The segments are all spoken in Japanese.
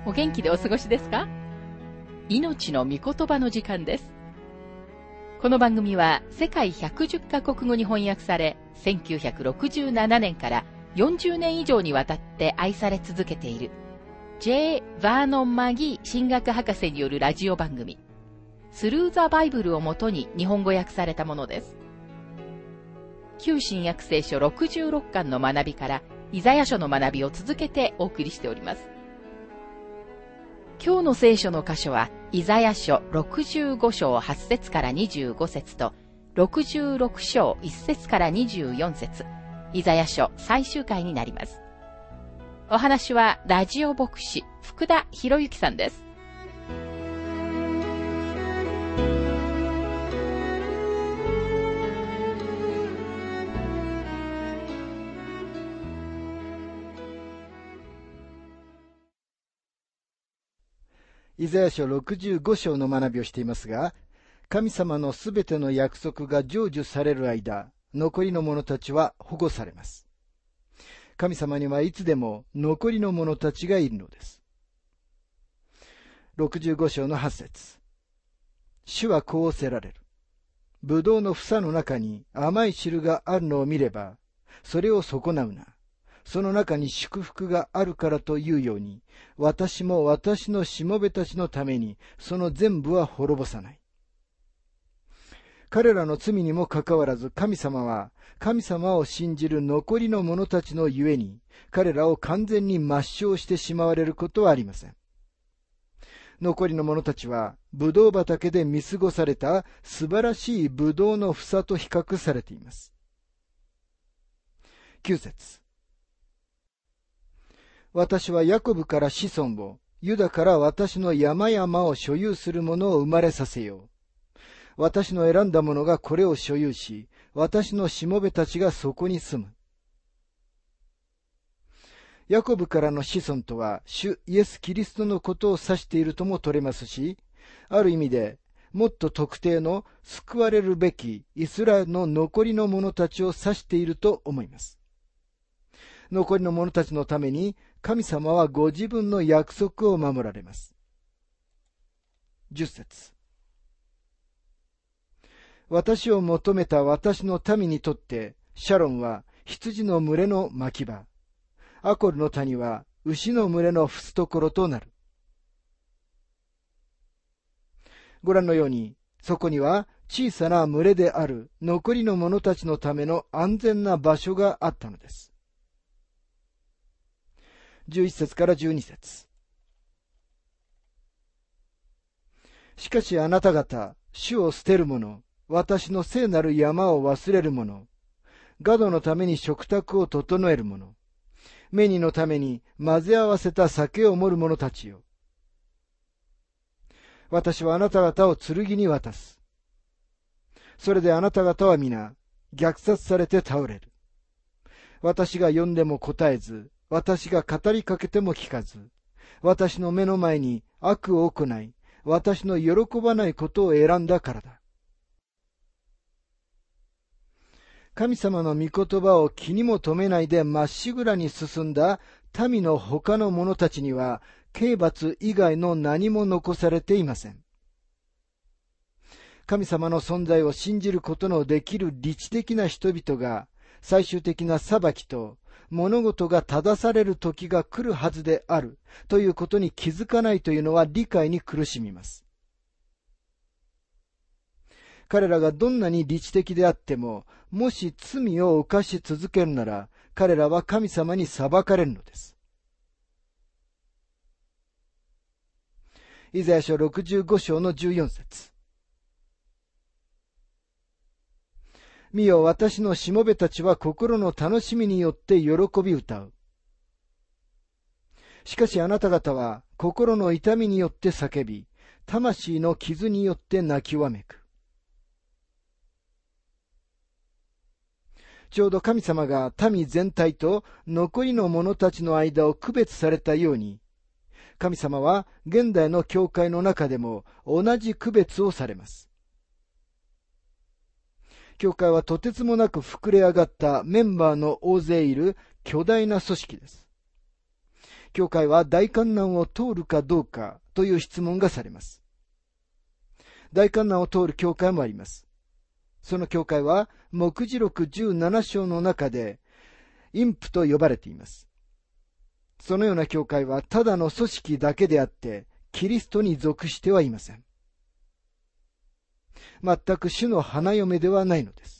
お元気でお過ごしですか？命の御言葉の時間です。この番組は世界110カ国語に翻訳され、1967年から40年以上にわたって愛され続けている J. バーノン・マギー神学博士によるラジオ番組、スルー・ザ・バイブルをもとに日本語訳されたものです。旧新約聖書66巻の学びからイザヤ書の学びを続けてお送りしております。今日の聖書の箇所は、イザヤ書65章8節から25節と、66章1節から24節、イザヤ書最終回になります。お話は、ラジオ牧師、福田博之さんです。 イザヤ書65章の学びをしていますが、神様のすべての約束が成就される間、残りの者たちは保護されます。神様にはいつでも残りの者たちがいるのです。65章の8節。主はこうおせられる。ぶどうの房の中に甘い汁があるのを見れば、それを損なうな。その中に祝福があるからというように、私も私のしもべたちのために、その全部は滅ぼさない。彼らの罪にもかかわらず、神様は、神様を信じる残りの者たちのゆえに、彼らを完全に抹消してしまわれることはありません。残りの者たちは、ぶどう畑で見過ごされた素晴らしいぶどうの房と比較されています。9節。私はヤコブから子孫を、ユダから私の山々を所有する者を生まれさせよう。私の選んだ者がこれを所有し、私のしもべたちがそこに住む。ヤコブからの子孫とは、主イエス・キリストのことを指しているとも取れますし、ある意味で、もっと特定の救われるべきイスラエルの残りの者たちを指していると思います。残りの者たちのために、神様はご自分の約束を守られます。10節。私を求めた私の民にとって、シャロンは羊の群れの牧場、アコルの谷は牛の群れの伏すところとなる。ご覧のように、そこには小さな群れである残りの者たちのための安全な場所があったのです。11節から12節。しかしあなた方、主を捨てる者、私の聖なる山を忘れる者、ガドのために食卓を整える者、メニのために混ぜ合わせた酒を盛る者たちよ。私はあなた方を剣に渡す。それであなた方は皆、虐殺されて倒れる。私が呼んでも答えず、私が語りかけても聞かず、私の目の前に悪を行い、私の喜ばないことを選んだからだ。神様の御言葉を気にも留めないでまっしぐらに進んだ民の他の者たちには、刑罰以外の何も残されていません。神様の存在を信じることのできる理知的な人々が、最終的な裁きと物事が正される時が来るはずであるということに気づかないというのは理解に苦しみます。彼らがどんなに理知的であっても、もし罪を犯し続けるなら、彼らは神様に裁かれるのです。イザヤ書65章の14節。見よ、私のしもべたちは心の楽しみによって喜び歌う。しかしあなた方は心の痛みによって叫び、魂の傷によって泣きわめく。ちょうど神様が民全体と残りの者たちの間を区別されたように、神様は現代の教会の中でも同じ区別をされます。教会はとてつもなく膨れ上がったメンバーの大勢いる巨大な組織です。 教会は大観難を通るかどうかという質問がされます。大観難を通る教会もあります。その教会は、黙示録17章の中で、陰譜と呼ばれています。そのような教会は、ただの組織だけであって、キリストに属してはいません。全く主の花嫁ではないのです。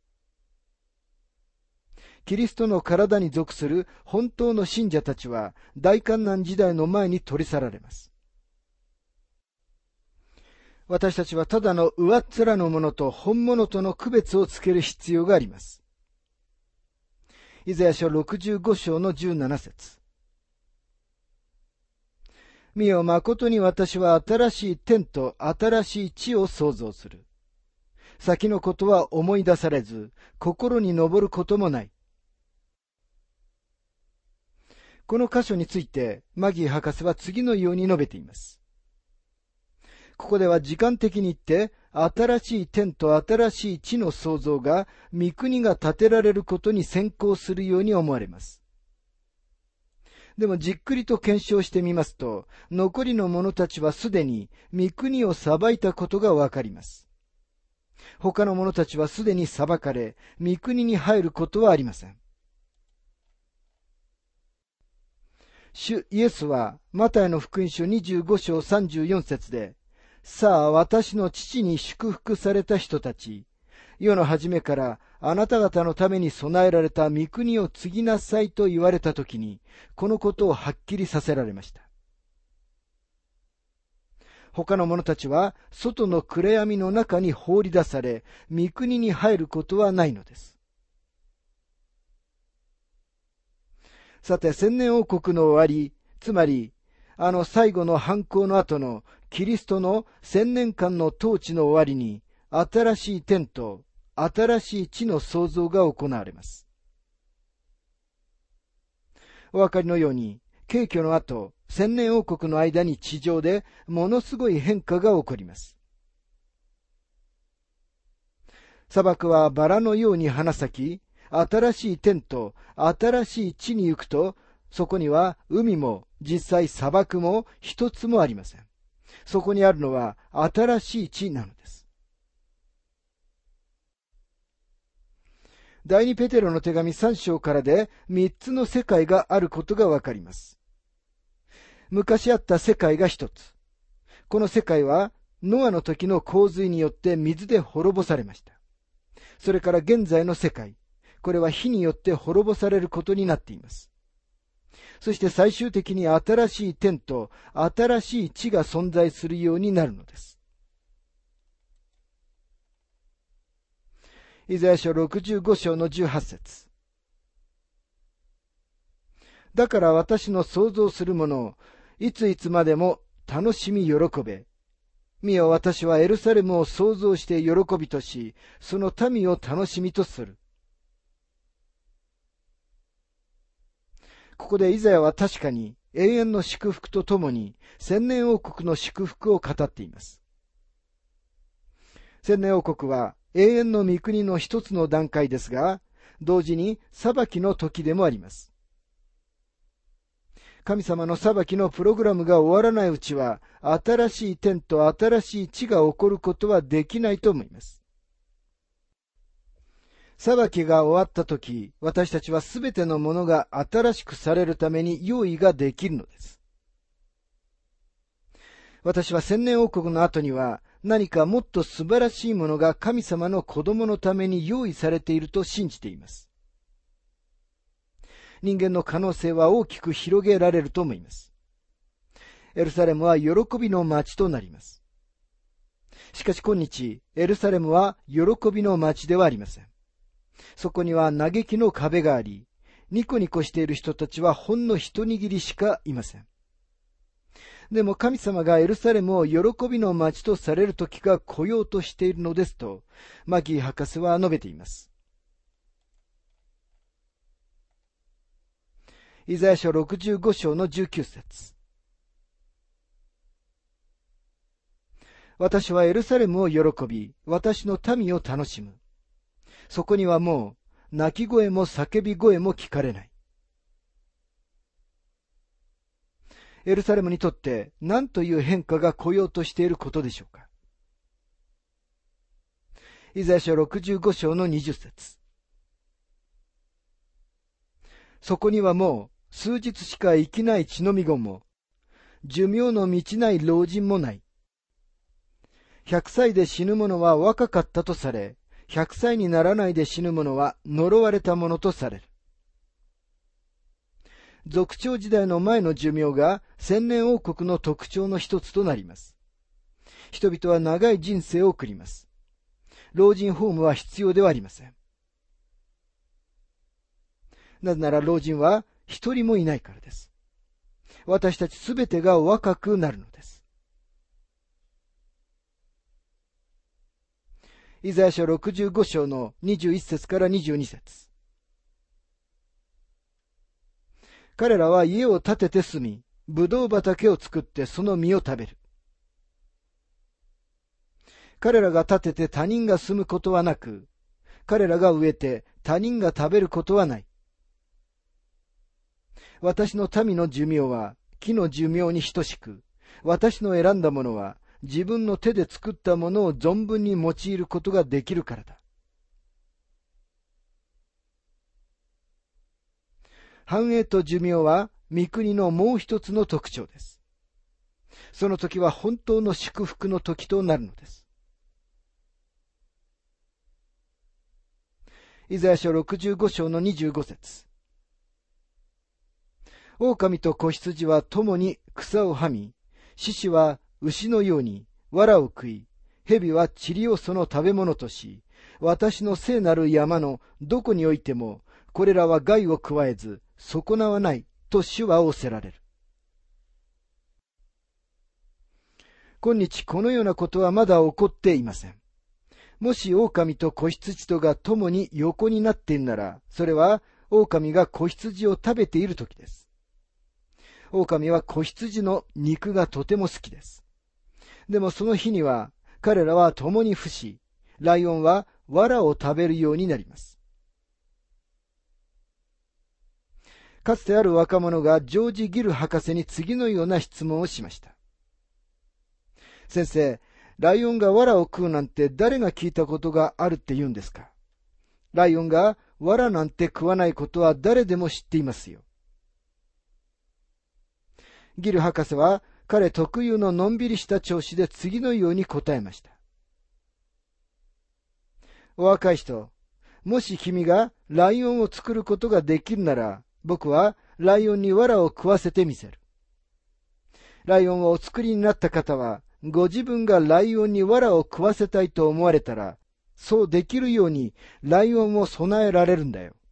キリストの体に属する本当の信者たちは、大観難時代の前に取り去られます。私たちはただの上っ面のものと本物との区別をつける必要があります。イザヤ書65章の17節。見よ、誠に私は新しい天と新しい地を創造する。先のことは思い出されず、心に上ることもない。この箇所について、マギー博士は次のように述べています。ここでは時間的に言って、新しい天と新しい地の創造が、御国が建てられることに先行するように思われます。でもじっくりと検証してみますと、残りの者たちはすでに御国を裁いたことがわかります。他の者たちはすでに裁かれ、御国に入ることはありません。主イエスは、マタイの福音書25章34節で、さあ、私の父に祝福された人たち、世の初めからあなた方のために備えられた御国を継ぎなさいと言われたときに、このことをはっきりさせられました。他の者たちは、外の暗闇の中に放り出され、御国に入ることはないのです。さて、千年王国の終わり、つまり、最後の反抗の後のキリストの千年間の統治の終わりに、新しい天と新しい地の創造が行われます。お分かりのように、景挙の後、千年王国の間に地上でものすごい変化が起こります。砂漠はバラのように花咲き、新しい天と新しい地に行くと、そこには海も実際砂漠も一つもありません。そこにあるのは新しい地なのです。第二ペテロの手紙3章からで3つの世界があることがわかります。昔あった世界が一つ。この世界はノアの時の洪水によって水で滅ぼされました。それから現在の世界。これは火によって滅ぼされることになっています。そして最終的に新しい天と新しい地が存在するようになるのです。イザヤ書65章の18節。だから私の想像するものをいついつまでも楽しみ喜べ。見よ、私はエルサレムを想像して喜びとし、その民を楽しみとする。ここでイザヤは確かに永遠の祝福とともに千年王国の祝福を語っています。千年王国は永遠の御国の一つの段階ですが、同時に裁きの時でもあります。神様の裁きのプログラムが終わらないうちは、新しい天と新しい地が起こることはできないと思います。裁きが終わったとき、私たちはすべてのものが新しくされるために用意ができるのです。私は千年王国の後には何かもっと素晴らしいものが神様の子供のために用意されていると信じています。人間の可能性は大きく広げられると思います。エルサレムは喜びの町となります。しかし今日、エルサレムは喜びの町ではありません。そこには嘆きの壁があり、ニコニコしている人たちはほんの一握りしかいません。でも神様がエルサレムを喜びの町とされる時が来ようとしているのですと、マギー博士は述べています。イザヤ書65章の19節。私はエルサレムを喜び、私の民を楽しむ。そこにはもう、泣き声も叫び声も聞かれない。 エルサレムにとって何という変化が来ようとしていることでしょうか。イザヤ書65章の20節。そこにはもう数日しか生きない血のみ子も、寿命の満ちない老人もない。100歳で死ぬ者は若かったとされ、100歳にならないで死ぬ者は呪われたものとされる。族長時代の前の寿命が千年王国の特徴の一つとなります。人々は長い人生を送ります。老人ホームは必要ではありません。なぜなら老人は一人もいないからです。私たちすべてが若くなるのです。イザヤ書65章の21節から22節。彼らは家を建てて住み、ぶどう畑を作ってその実を食べる。彼らが建てて他人が住むことはなく、彼らが植えて他人が食べることはない。私の民の寿命は木の寿命に等しく、私の選んだものは自分の手で作ったものを存分に用いることができるからだ。繁栄と寿命は御国のもう一つの特徴です。その時は本当の祝福の時となるのです。イザヤ書65章の25節。狼と子羊は共に草をはみ、獅子は牛のように藁を食い、蛇は塵をその食べ物とし、私の聖なる山のどこにおいても、これらは害を加えず、損なわないと主は仰せられる。今日このようなことはまだ起こっていません。もし狼と子羊とが共に横になっているなら、それは狼が子羊を食べている時です。狼は子羊の肉がとても好きです。でもその日には彼らは共に伏し、ライオンは藁を食べるようになります。かつてある若者がジョージ・ギル博士に次のような質問をしました。先生、ライオンが藁を食うなんて誰が聞いたことがあるって言うんですか？ライオンが藁なんて食わないことは誰でも知っていますよ。ギル博士は彼特有ののんびりした調子で次のように答えました。お若い人、もし君がライオンを作ることができるなら、僕はライオンに藁を食わせてみせる。ライオンをお作りになった方は、ご自分がライオンに藁を食わせたいと思われたら、そうできるようにライオンを備えられるんだよ。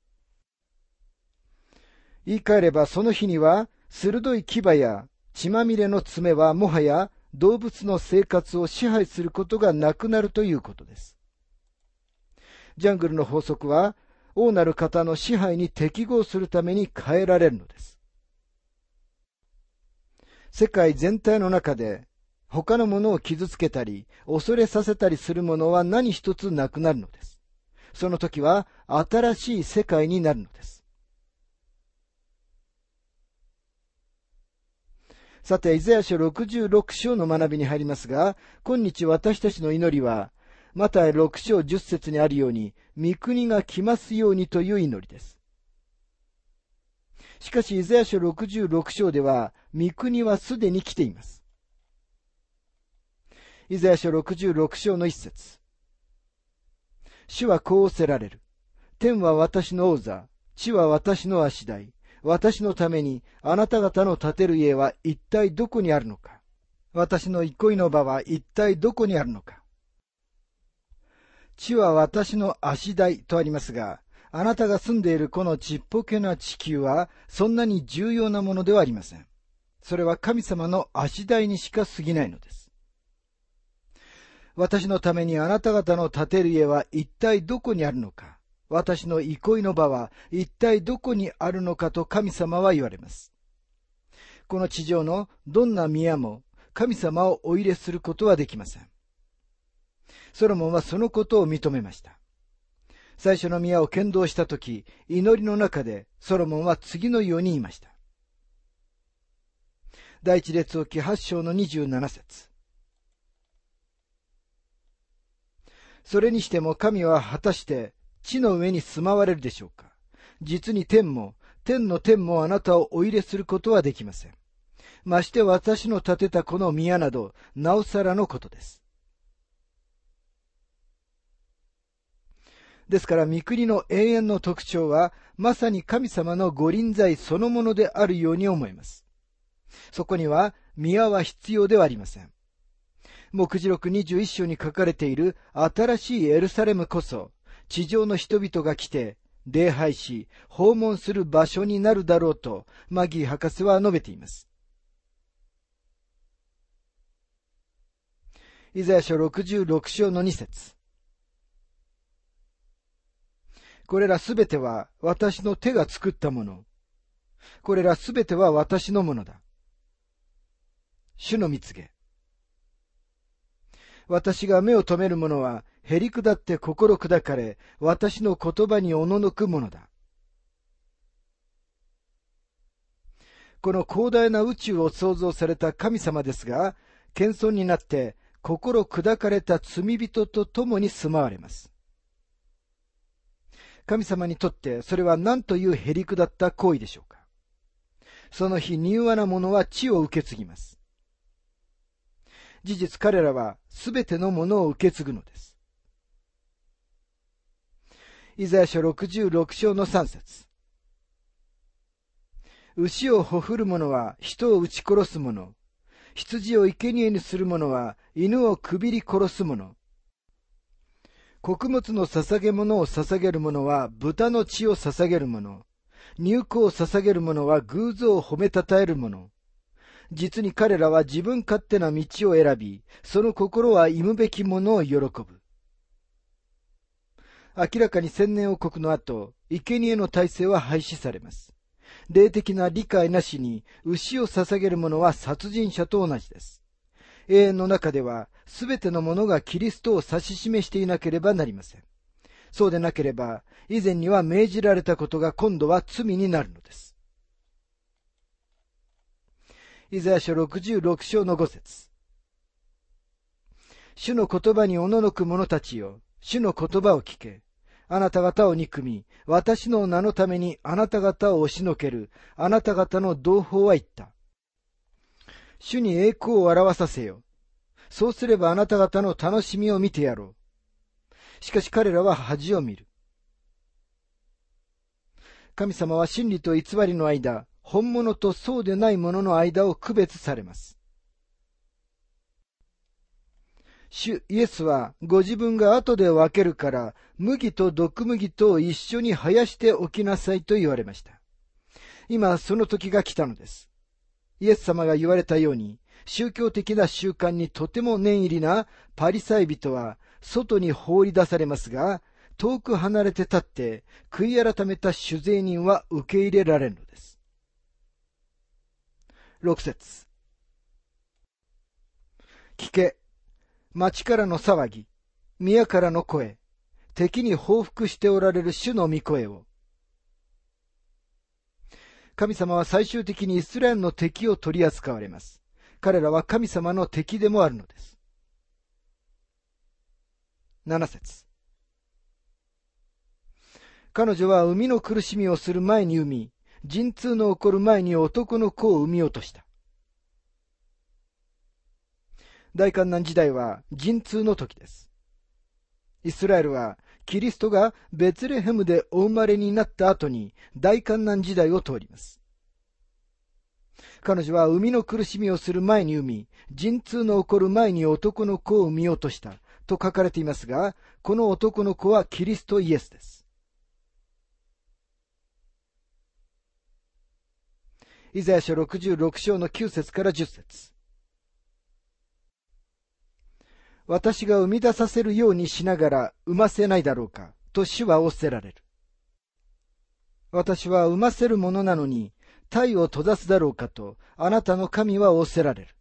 言い換えればその日には、鋭い牙や血まみれの爪はもはや動物の生活を支配することがなくなるということです。ジャングルの法則は、王なる方の支配に適合するために変えられるのです。世界全体の中で他のものを傷つけたり恐れさせたりするものは何一つなくなるのです。その時は新しい世界になるのです。さて、イザヤ書66章の学びに入りますが、今日私たちの祈りはマタイ6章10節にあるように、御国が来ますようにという祈りです。しかし、イザヤ書66章では、御国はすでに来ています。イザヤ書66章の一節。主はこう仰せられる。天は私の王座、地は私の足台。私のためにあなた方の建てる家は一体どこにあるのか。私の憩いの場は一体どこにあるのか。地は私の足台とありますが、あなたが住んでいるこのちっぽけな地球はそんなに重要なものではありません。それは神様の足台にしか過ぎないのです。私のためにあなた方の建てる家は一体どこにあるのか。私の憩いの場は一体どこにあるのかと神様は言われます。この地上のどんな宮も神様をお入れすることはできません。ソロモンはそのことを認めました。最初の宮を建造したとき、祈りの中でソロモンは次のように言いました。 第一列王記8章の27節。それにしても神は果たして地の上に住まわれるでしょうか。実に天の天もあなたをお入れすることはできません。まして私の建てたこの宮など、なおさらのことです。ですから、御国の永遠の特徴は、まさに神様の御臨在そのものであるように思います。そこには、宮は必要ではありません。黙示録21章に書かれている新しいエルサレムこそ、地上の人々が来て、礼拝し、訪問する場所になるだろうと、マギー博士は述べています。イザヤ書66章の2節。これらすべては私の手が作ったもの。これらすべては私のものだ。主の蜜げ。私が目を留めるものは、へりくだって心砕かれ、私の言葉におののくものだ。この広大な宇宙を創造された神様ですが、謙遜になって、心砕かれた罪人と共に住まわれます。神様にとってそれは何というへりくだった行為でしょうか。その日柔和な者は地を受け継ぎます。事実彼らはすべてのものを受け継ぐのです。イザヤ書66章の3節。牛をほふる者は人を撃ち殺す者、羊を生贄にする者は犬をくびり殺す者、穀物の捧げ物を捧げる者は豚の血を捧げる者、乳香を捧げる者は偶像を褒めたたえる者。実に彼らは自分勝手な道を選び、その心は忌むべきものを喜ぶ。明らかに千年王国の後、生贄の体制は廃止されます。霊的な理解なしに牛を捧げる者は殺人者と同じです。永遠の中では、すべてのものがキリストを指し示していなければなりません。そうでなければ、以前には命じられたことが今度は罪になるのです。イザヤ書66章の5節。主の言葉におののく者たちよ、主の言葉を聞け。あなた方を憎み、私の名のためにあなた方を押しのける、あなた方の同胞は言った。主に栄光を表させよ。そうすればあなた方の楽しみを見てやろう。しかし彼らは恥を見る。神様は真理と偽りの間、本物とそうでないものの間を区別されます。主イエスはご自分が後で分けるから麦と毒麦とを一緒に生やしておきなさいと言われました。今その時が来たのです。イエス様が言われたように宗教的な習慣にとても念入りなパリサイ人は外に放り出されますが、遠く離れて立って悔い改めた酒税人は受け入れられるのです。6節。聞け、町からの騒ぎ、宮からの声、敵に報復しておられる主の御声を。神様は最終的にイスラエルの敵を取り扱われます。彼らは神様の敵でもあるのです。7節。彼女は産みの苦しみをする前に産み、陣痛の起こる前に男の子を産み落とした。大観難時代は陣痛の時です。イスラエルはキリストがベツレヘムでお生まれになった後に大観難時代を通ります。彼女は産みの苦しみをする前に産み、陣痛の起こる前に男の子を産み落としたと書かれていますが、この男の子はキリストイエスです。イザヤ書66章の9節から10節。私が生み出させるようにしながら産ませないだろうか、と主は仰せられる。私は産ませるものなのに、体を閉ざすだろうかと、あなたの神は仰せられる。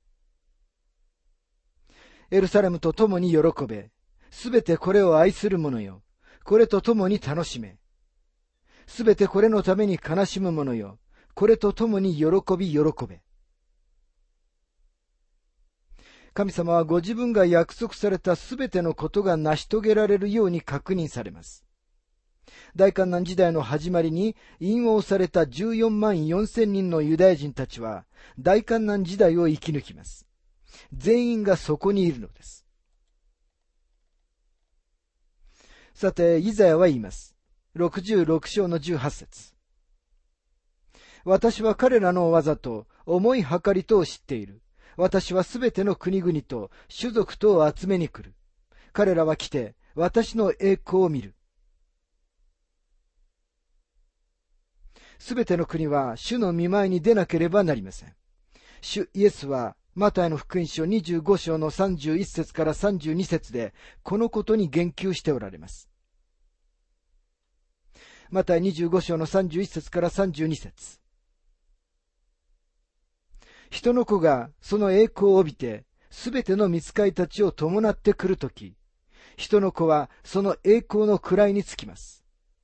エルサレムと共に喜べ。すべてこれを愛する者よ。これと共に楽しめ。すべてこれのために悲しむ者よ。これと共に喜び喜べ。 神様はご自分が約束されたすべてのことが成し遂げられるように確認されます。大観難時代の始まりに引用された14万4千人のユダヤ人たちは大観難時代を生き抜きます。全員がそこにいるのです。さて、イザヤは言います。66章の18節。私は彼らの技と思いはかりとを知っている。私はすべての国々と種族とを集めに来る。彼らは来て私の栄光を見る。すべての国は主の御前に出なければなりません。主イエスはマタイの福音書25章の31節から32節でこのことに言及しておられます。マタイ25章の31節から32節。人の子がその栄光を帯びてすべての御使いたちを伴ってくるとき、人の子はその栄光の位につきます。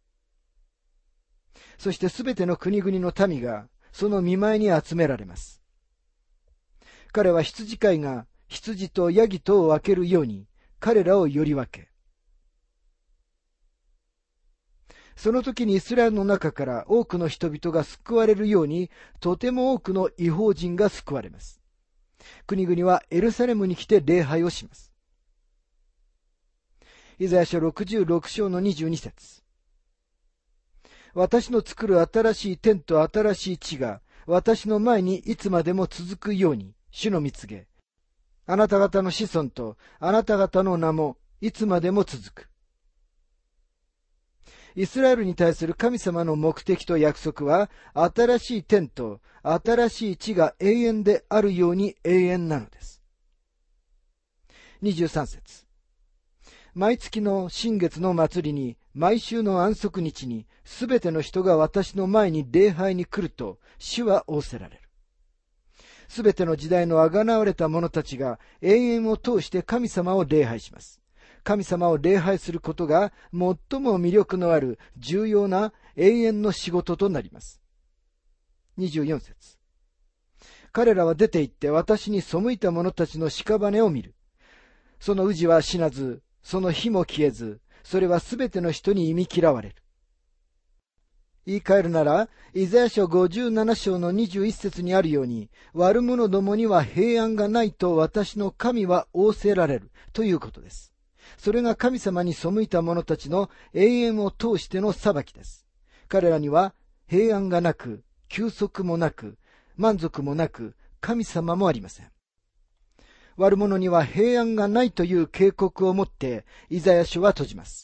そしてすべての国々の民がその御前に集められます。彼は羊飼いが羊とヤギとを分けるように彼らをより分け、その時にイスラエルの中から多くの人々が救われるように、とても多くの異邦人が救われます。国々はエルサレムに来て礼拝をします。イザヤ書66章の22節。私の作る新しい天と新しい地が私の前にいつまでも続くように、主の蜜げ。あなた方の子孫とあなた方の名もいつまでも続く。イスラエルに対する神様の目的と約束は、新しい天と新しい地が永遠であるように永遠なのです。23節。毎月の新月の祭りに、毎週の安息日に、すべての人が私の前に礼拝に来ると、主は仰せられる。すべての時代のあがなわれた者たちが永遠を通して神様を礼拝します。神様を礼拝することが最も魅力のある重要な永遠の仕事となります。24節。彼らは出て行って私に背いた者たちの屍を見る。その氏は死なず、その火も消えず、それはすべての人に忌み嫌われる。言い換えるなら、イザヤ書57章の21節にあるように、悪者どもには平安がないと私の神は仰せられるということです。それが神様に背いた者たちの永遠を通しての裁きです。彼らには平安がなく、休息もなく、満足もなく、神様もありません。悪者には平安がないという警告をもって、イザヤ書は閉じます。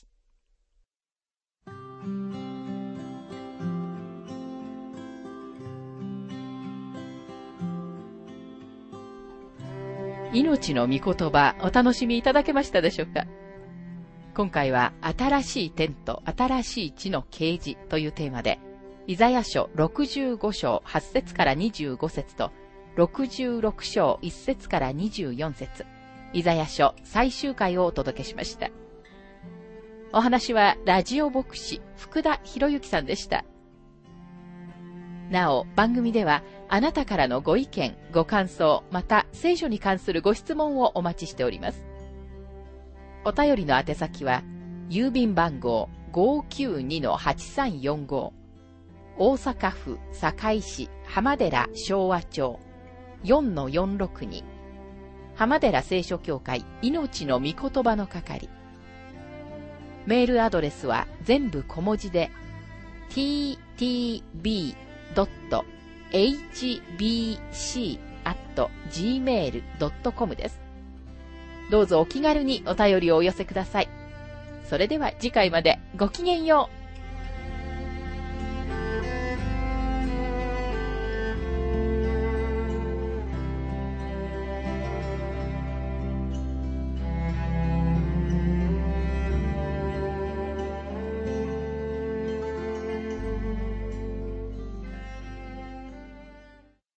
命の御言葉、お楽しみいただけましたでしょうか。今回は新しい天と新しい地の啓示というテーマで、イザヤ書65章8節から25節と66章1節から24節、イザヤ書最終回をお届けしました。お話はラジオ牧師福田博之さんでした。なお、番組ではあなたからのご意見、ご感想、また聖書に関するご質問をお待ちしております。お便りの宛先は、郵便番号 592-8345、大阪府堺市浜寺昭和町 4-462、浜寺聖書協会命の御言葉の係。メールアドレスは全部小文字で ttb.hbc@gmail.com です。どうぞお気軽にお便りをお寄せください。それでは次回までごきげんよう。